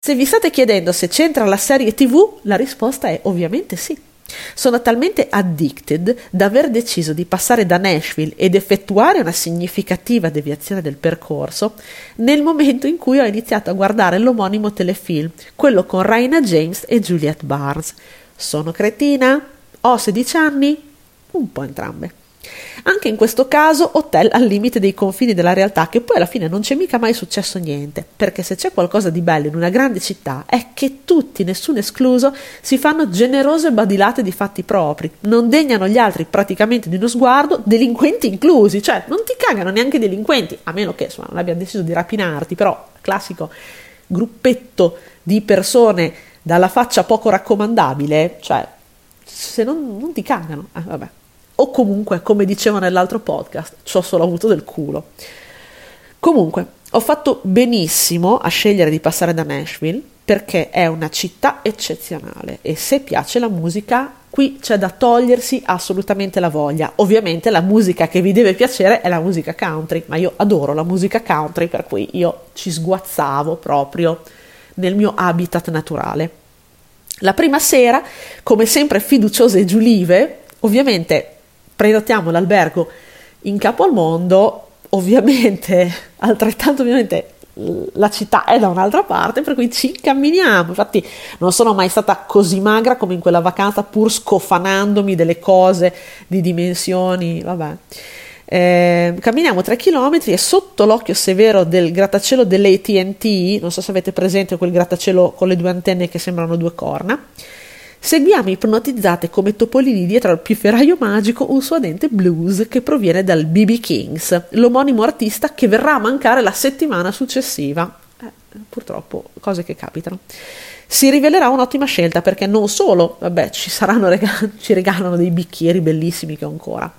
Se vi state chiedendo se c'entra la serie TV, la risposta è ovviamente sì. Sono talmente addicted da aver deciso di passare da Nashville ed effettuare una significativa deviazione del percorso nel momento in cui ho iniziato a guardare l'omonimo telefilm, quello con Raina James e Juliette Barnes. Sono cretina? Ho 16 anni? Un po' entrambe. Anche in questo caso hotel al limite dei confini della realtà, che poi alla fine non c'è mica mai successo niente, perché se c'è qualcosa di bello in una grande città è che tutti, nessuno escluso, si fanno generose badilate di fatti propri, non degnano gli altri praticamente di uno sguardo, delinquenti inclusi, cioè non ti cagano neanche i delinquenti, a meno che insomma, non abbiano deciso di rapinarti, però classico gruppetto di persone dalla faccia poco raccomandabile, cioè se non ti cagano, vabbè. O comunque, come dicevo nell'altro podcast, ci ho solo avuto del culo. Comunque, ho fatto benissimo a scegliere di passare da Nashville perché è una città eccezionale e se piace la musica, qui c'è da togliersi assolutamente la voglia. Ovviamente la musica che vi deve piacere è la musica country, ma io adoro la musica country, per cui io ci sguazzavo proprio nel mio habitat naturale. La prima sera, come sempre fiduciose e giulive, ovviamente prenotiamo l'albergo in capo al mondo, ovviamente, altrettanto ovviamente la città è da un'altra parte, per cui ci incamminiamo. Infatti non sono mai stata così magra come in quella vacanza, pur scofanandomi delle cose di dimensioni, vabbè. Camminiamo 3 chilometri e sotto l'occhio severo del grattacielo dell'AT&T, non so se avete presente quel grattacielo con le 2 antenne che sembrano 2 corna, seguiamo ipnotizzate come topolini dietro al pifferaio magico un suadente blues che proviene dal B.B. Kings, l'omonimo artista che verrà a mancare la settimana successiva. Purtroppo, cose che capitano. Si rivelerà un'ottima scelta perché non solo, vabbè, ci regalano dei bicchieri bellissimi che ho ancora,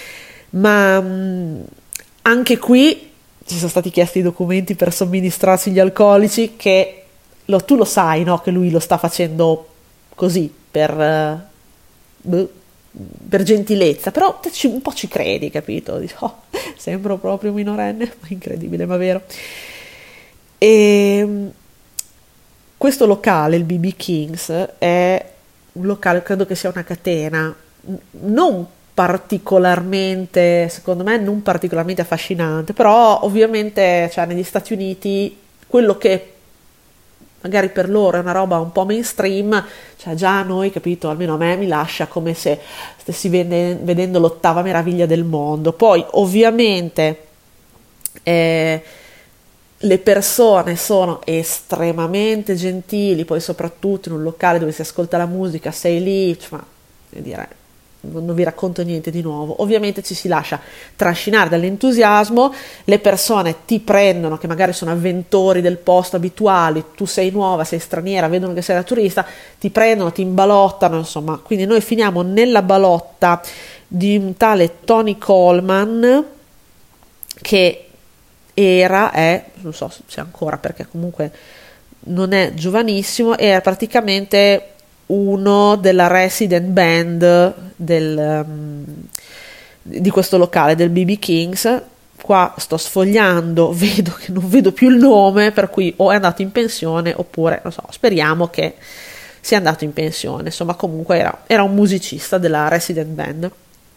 ma anche qui ci sono stati chiesti i documenti per somministrarsi gli alcolici che tu lo sai, no? Che lui lo sta facendo così per gentilezza, però un po' ci credi, capito? Dici, sembro proprio minorenne, ma incredibile, ma vero. E questo locale, il B.B. Kings, è un locale, credo che sia una catena, non particolarmente, secondo me, non particolarmente affascinante, però ovviamente, cioè, negli Stati Uniti, quello che magari per loro è una roba un po' mainstream, cioè già a noi, capito, almeno a me mi lascia come se stessi vedendo l'8ª meraviglia del mondo. Poi ovviamente le persone sono estremamente gentili, poi soprattutto in un locale dove si ascolta la musica, sei lì, cioè, dire, non vi racconto niente di nuovo. Ovviamente ci si lascia trascinare dall'entusiasmo, le persone ti prendono, che magari sono avventori del posto abituali, tu sei nuova, sei straniera, vedono che sei la turista, ti prendono, ti imbalottano, insomma. Quindi noi finiamo nella balotta di un tale Tony Coleman che non so se c'è ancora perché comunque non è giovanissimo, era praticamente uno della resident band di questo locale, del B.B. Kings. Qua sto sfogliando, vedo che non vedo più il nome, per cui o è andato in pensione oppure, non so, speriamo che sia andato in pensione. Insomma, comunque era un musicista della resident band.